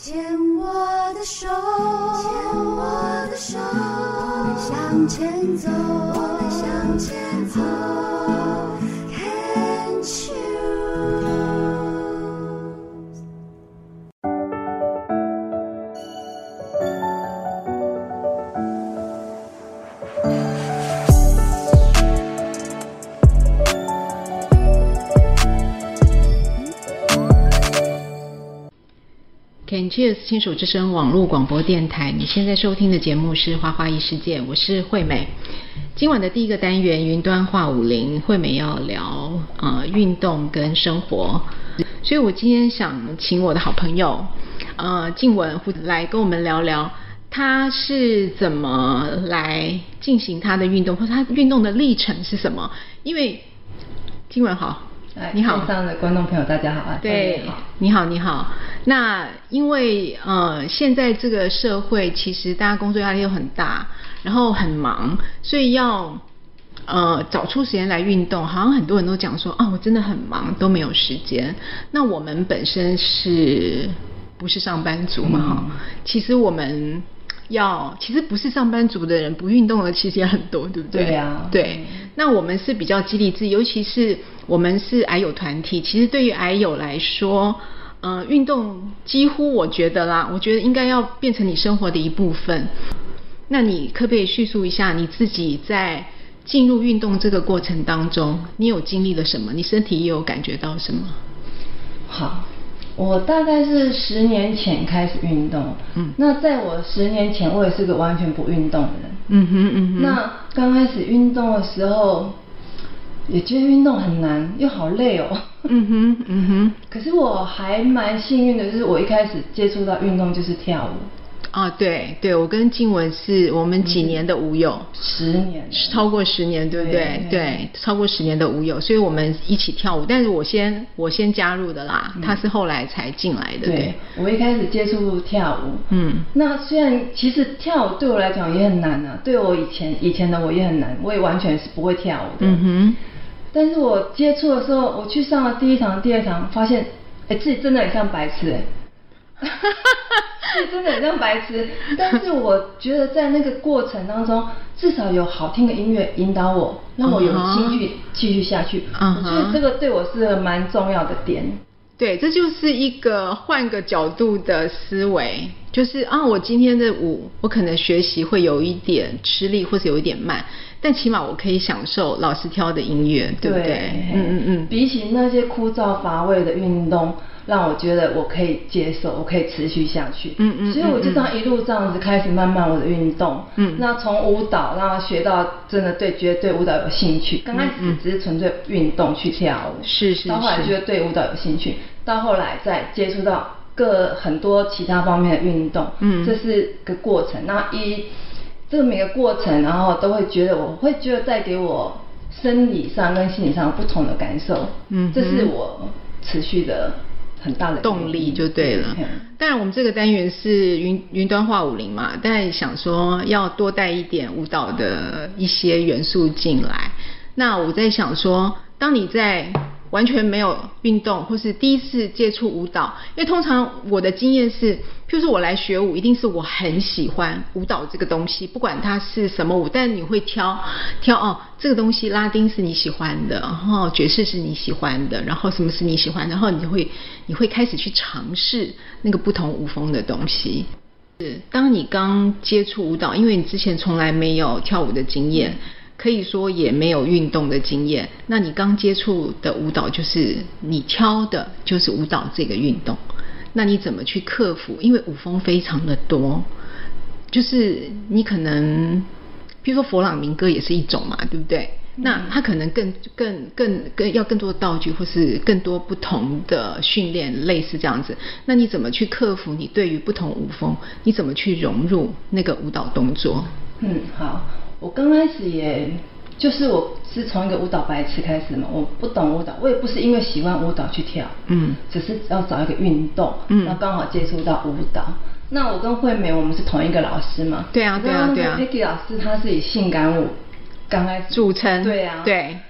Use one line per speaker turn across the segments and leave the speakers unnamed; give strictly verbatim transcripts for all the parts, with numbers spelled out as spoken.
牵我的手，牵我的手，我们向前走，我们向前走。Can't you？
Can Cheers 亲属之声网络广播电台，你现在收听的节目是花花异世界，我是惠美。今晚的第一个单元云端话舞林，惠美要聊呃运动跟生活，所以我今天想请我的好朋友呃静雯来跟我们聊聊，他是怎么来进行他的运动，或者他运动的历程是什么？因为静雯好。你好，
线上的观众朋友大家好啊！
对，你好，你好。那因为呃，现在这个社会其实大家工作压力又很大，然后很忙，所以要呃找出时间来运动，好像很多人都讲说啊，我真的很忙，都没有时间。那我们本身是不是上班族嘛？哈、嗯，其实我们。要其实不是上班族的人不运动的其实也很多，对不对？
对啊。
对，那我们是比较激励自己，尤其是我们是癌友团体，其实对于癌友来说，呃，运动几乎我觉得啦，我觉得应该要变成你生活的一部分。那你可不可以叙述一下你自己在进入运动这个过程当中，你有经历了什么？你身体也有感觉到什么？
好。我大概是十年前开始运动，嗯，那在我十年前，我也是个完全不运动的人，
嗯哼嗯哼。
那刚开始运动的时候，也觉得运动很难，又好累哦，
嗯哼嗯哼。
可是我还蛮幸运的，就是我一开始接触到运动就是跳舞。
啊，对对，我跟静雯是我们几年的舞友，
十年，
超过十年，对不对？ 对, 对，超过十年的舞友，所以我们一起跳舞。但是我先我先加入的啦，嗯、他是后来才进来的。
对，
对
我一开始接触跳舞，
嗯，
那虽然其实跳舞对我来讲也很难啊，对我以前以前的我也很难，我也完全是不会跳舞的。
嗯哼。
但是我接触的时候，我去上了第一堂、第二堂，发现，哎，自己真的很像白痴哎。是真的很像白痴，但是我觉得在那个过程当中，至少有好听的音乐引导我，让我有兴趣继续下去。Uh-huh. 我觉得这个对我是蛮重要的点。
对，这就是一个换个角度的思维，就是啊，我今天的舞，我可能学习会有一点吃力，或是有一点慢，但起码我可以享受老师挑的音乐，对不对？
对，
嗯嗯嗯。
比起那些枯燥乏味的运动，让我觉得我可以接受，我可以持续下去。嗯嗯。所以我就这样一路这样子开始慢慢我的运动。嗯。那从舞蹈，然后学到真的对，觉得对舞蹈有兴趣。刚开始只是纯粹运动去跳舞。
是是是。
到后来觉得对舞蹈有兴趣，到后来再接触到各很多其他方面的运动。嗯。这是个过程。那一这个每个过程，然后都会觉得，我会觉得带给我生理上跟心理上不同的感受。嗯。这是我持续的。很大的
动力就对了。当然我们这个单元是云云端话舞林嘛，但想说要多带一点舞蹈的一些元素进来。那我在想说，当你在完全没有运动或是第一次接触舞蹈，因为通常我的经验是，譬如说我来学舞，一定是我很喜欢舞蹈这个东西，不管它是什么舞，但你会挑挑哦，这个东西拉丁是你喜欢的，然后爵士是你喜欢的，然后什么是你喜欢的，然后你会你会开始去尝试那个不同舞风的东西。是，当你刚接触舞蹈，因为你之前从来没有跳舞的经验。可以说也没有运动的经验，那你刚接触的舞蹈就是你挑的就是舞蹈这个运动，那你怎么去克服？因为舞风非常的多，就是你可能譬如说佛朗明哥也是一种嘛，对不对？那它可能更更更更要更多的道具，或是更多不同的训练，类似这样子。那你怎么去克服你对于不同舞风，你怎么去融入那个舞蹈动作？
嗯，好。我刚开始也就是我是从一个舞蹈白痴开始嘛，我不懂舞蹈，我也不是因为喜欢舞蹈去跳，嗯，只是要找一个运动，嗯，那刚好接触到舞蹈。那我跟惠美我们是同一个老师嘛，
对啊对啊对啊。
Vicky 老师他是以性感舞刚开始
著称，
对啊，
对。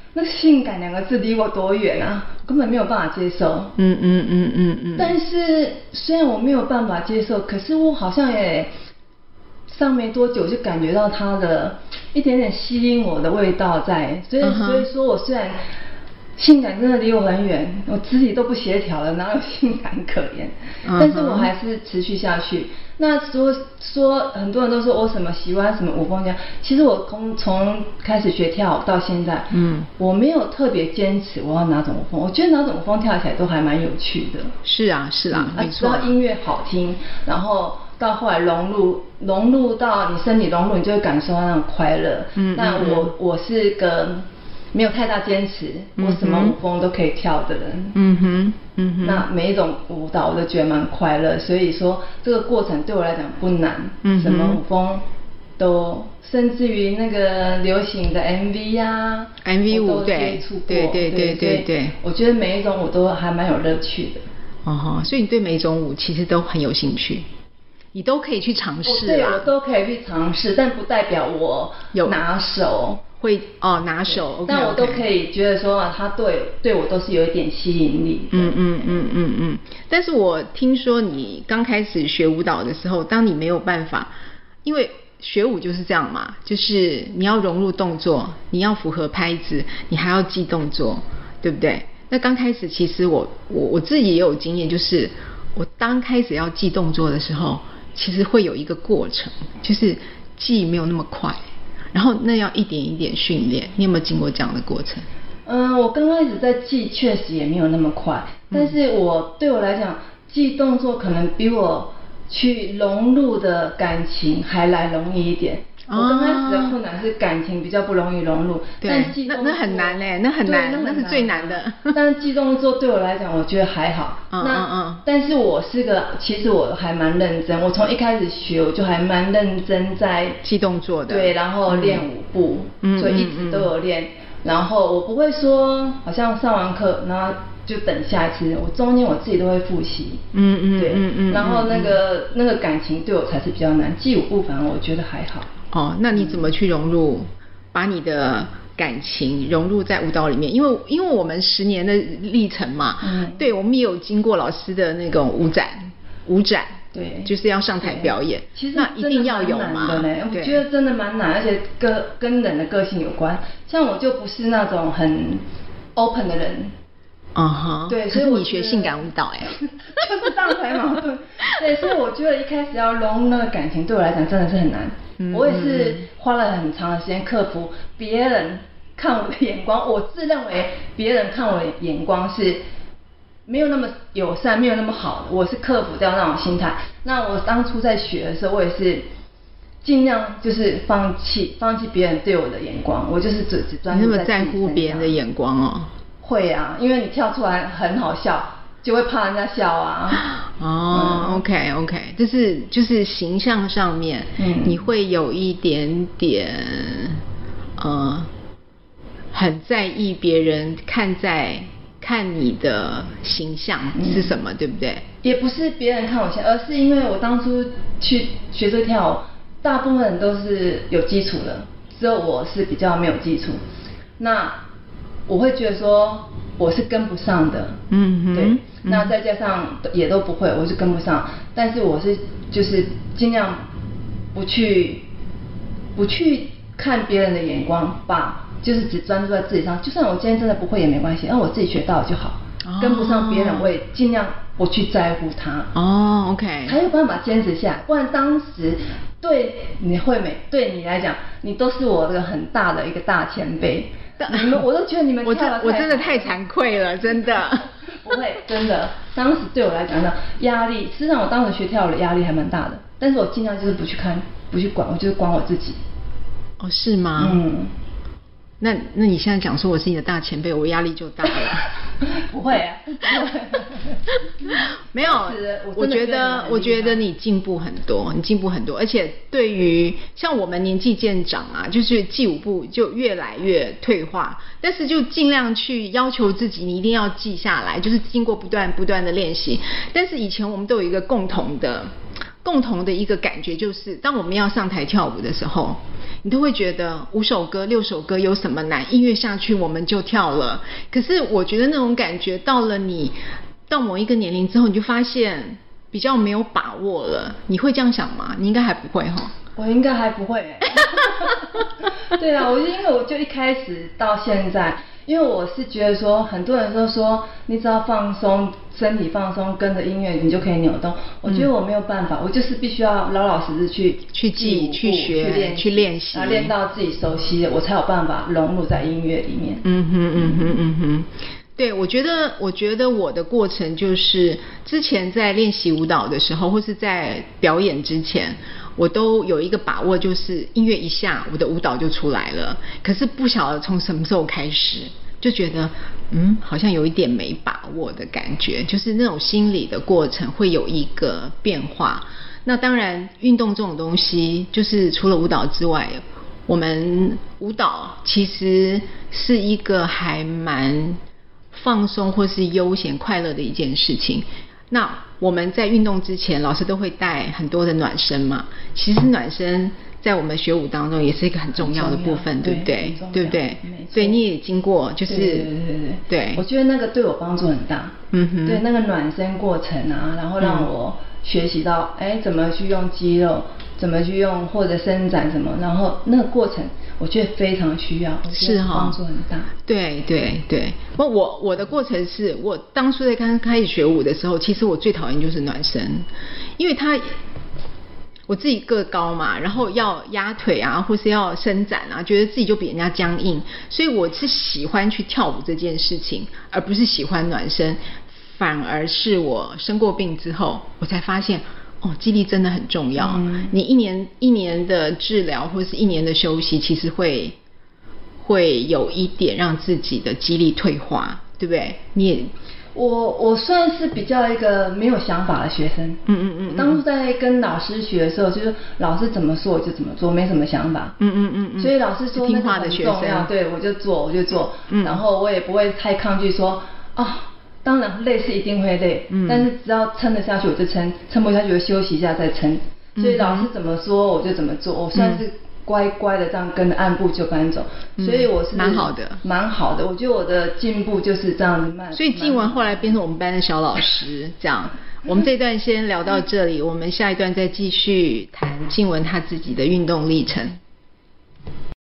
那性感两个字离我多远啊，我根本没有办法接受。
嗯嗯嗯嗯嗯。
但是虽然我没有办法接受，可是我好像也上没多久就感觉到它的一点点吸引我的味道在，所以、uh-huh. 所以说我虽然性感真的离我很远，我肢体都不协调了，哪有性感可言？ Uh-huh. 但是我还是持续下去。那说说很多人都说我什么喜欢什么舞风这样，其实我从从开始学跳舞到现在，嗯，我没有特别坚持我要哪种舞风，我觉得哪种舞风跳起来都还蛮有趣的。
是啊是啊，
嗯、
没错。
只要音乐好听，然后到后来融入融入到你身体融入，你就会感受到那种快乐。嗯，那我、嗯、我是个没有太大坚持、嗯，我什么舞风都可以跳的人。嗯哼，嗯哼。那每一种舞蹈我都觉得蛮快乐，所以说这个过程对我来讲不难。嗯，什么舞风都，甚至于那个流行的 M V 啊
，M V 舞
对，
对对对对对，
我觉得每一种舞都还蛮有乐趣的。
哦，所以你对每一种舞其实都很有兴趣。你都可以去尝试啦，
对，我都可以去尝试，但不代表我有拿手
会哦拿手，
但我都可以觉得说啊，他对对我都是有一点吸引力。
嗯嗯嗯嗯嗯。但是我听说你刚开始学舞蹈的时候，当你没有办法，因为学舞就是这样嘛，就是你要融入动作，你要符合拍子，你还要记动作，对不对？那刚开始其实我我我自己也有经验，就是我刚开始要记动作的时候。其实会有一个过程，就是记没有那么快，然后那要一点一点训练。你有没有经过这样的过程？
嗯，我刚开始在记确实也没有那么快，但是我对我来讲，记动作可能比我去融入的感情还来容易一点。我刚开始的困难是感情比较不容易融入，但记动作
那那很难嘞，那很难，那是最难的。
但是记动作对我来讲，我觉得还好。嗯那嗯嗯。但是我是个，其实我还蛮认真。我从一开始学，我就还蛮认真在
记动作的。
对，然后练舞步，嗯、所以一直都有练。嗯嗯嗯然后我不会说，好像上完课，然后就等下一次。我中间我自己都会复习。嗯嗯。对，嗯嗯。然后那个那个感情对我才是比较难，记舞步反而我觉得还好。
哦，那你怎么去融入，把你的感情融入在舞蹈里面？因为因为我们十年的历程嘛，嗯，对，我们也有经过老师的那种舞展，舞展，
对，
就是要上台表演，
其实
那一定要有嘛。
我觉得真的蛮难，而且跟跟人的个性有关。像我就不是那种很 open 的人。
嗯哼，
对，
所以你学性感舞蹈哎，
就是这样才矛盾。对，所以我觉得一开始要融入那个感情，对我来讲真的是很难。嗯、我也是花了很长的时间克服别人看我的眼光。我自认为别人看我的眼光是没有那么友善，没有那么好的。我是克服掉那种心态。那我当初在学的时候，我也是尽量就是放弃放弃别人对我的眼光，我就是只只专注在自己身上。
你那么在乎别人的眼光哦？
会啊，因为你跳出来很好笑，就会怕人家笑啊。
哦、嗯、，OK OK， 就是就是形象上面，嗯，你会有一点点呃，很在意别人看在看你的形象是什么，嗯、对不对？
也不是别人看我形象，而是因为我当初去学这个跳舞，大部分人都是有基础的，只有我是比较没有基础。那我会觉得说我是跟不上的，嗯哼，对，嗯、那再加上也都不会，我是跟不上。但是我是就是尽量不去不去看别人的眼光，把就是只专注在自己上。就算我今天真的不会也没关系，那我自己学到就好。哦、跟不上别人，我也尽量不去在乎他。
哦 ，OK，
才有办法坚持下来。不然当时对你惠美对你来讲，你都是我的很大的一个大前辈。你们我都觉得你们跳得太好，
我真的太惭愧了，真的。
不会，真的，当时对我来讲呢，压力，实际上我当时学跳舞的压力还蛮大的，但是我尽量就是不去看，不去管，我就是管我自己。
哦，是吗？嗯。那那你现在讲说我是你的大前辈，我压力就大了。
不会啊，
没有，我觉得我觉得你进步很多，你进步很多，而且对于像我们年纪渐长啊，就是记舞步就越来越退化，但是就尽量去要求自己，你一定要记下来，就是经过不断不断的练习。但是以前我们都有一个共同的共同的一个感觉就是，当我们要上台跳舞的时候，你都会觉得五首歌、六首歌有什么难？音乐下去我们就跳了。可是我觉得那种感觉到了你到某一个年龄之后，你就发现比较没有把握了。你会这样想吗？你应该还不会哈。
我应该还不会、欸。对啊，我就因为我就一开始到现在。因为我是觉得说，很多人都说你只要放松，身体放松，跟着音乐你就可以扭动。我觉得我没有办法，嗯、我就是必须要老老实实去
去记、去学、去练、去练习，
然后练到自己熟悉的，我才有办法融入在音乐里面。
嗯哼，嗯哼，嗯哼。对，我觉得，我觉得我的过程就是之前在练习舞蹈的时候，或是在表演之前，我都有一个把握，就是音乐一下，我的舞蹈就出来了。可是不晓得从什么时候开始，就觉得嗯，好像有一点没把握的感觉，就是那种心理的过程会有一个变化。那当然，运动这种东西，就是除了舞蹈之外，我们舞蹈其实是一个还蛮放松或是悠闲快乐的一件事情。那我们在运动之前，老师都会带很多的暖身嘛。其实暖身在我们学舞当中也是一个很重要的部分，对不对？对不对？对，你也经过，就是
对对对对对。我觉得那个对我帮助很大。嗯哼。对，那个暖身过程啊，然后让我学习到，哎、嗯，怎么去用肌肉，怎么去用或者伸展什么，然后那个过程。我觉得非常需要，是哈，帮助很大。
对对对，不，我我的过程是我当初在刚开始学舞的时候，其实我最讨厌就是暖身，因为他我自己个高嘛，然后要压腿啊，或是要伸展啊，觉得自己就比人家僵硬，所以我是喜欢去跳舞这件事情，而不是喜欢暖身。反而是我生过病之后，我才发现。哦，肌力真的很重要。嗯、你一年一年的治疗或是一年的休息，其实会会有一点让自己的肌力退化，对不对？你也
我我算是比较一个没有想法的学生。嗯嗯嗯。当初在跟老师学的时候，就是老师怎么说我就怎么做，没什么想法。嗯嗯嗯嗯。所以老师说那个很重要，对我就做我就做，嗯、然后我也不会太抗拒说啊。哦当然累是一定会累，嗯、但是只要撑得下去我就撑，撑不下去我休息一下再撑。所以老师怎么说我就怎么做，我算是乖乖的这样跟着按部就班走。嗯、所以我是
蛮好的，
蛮好的。我觉得我的进步就是这样子慢。
所以静雯后来变成我们班的小老师，这样。我们这段先聊到这里，我们下一段再继续谈静雯她自己的运动历程。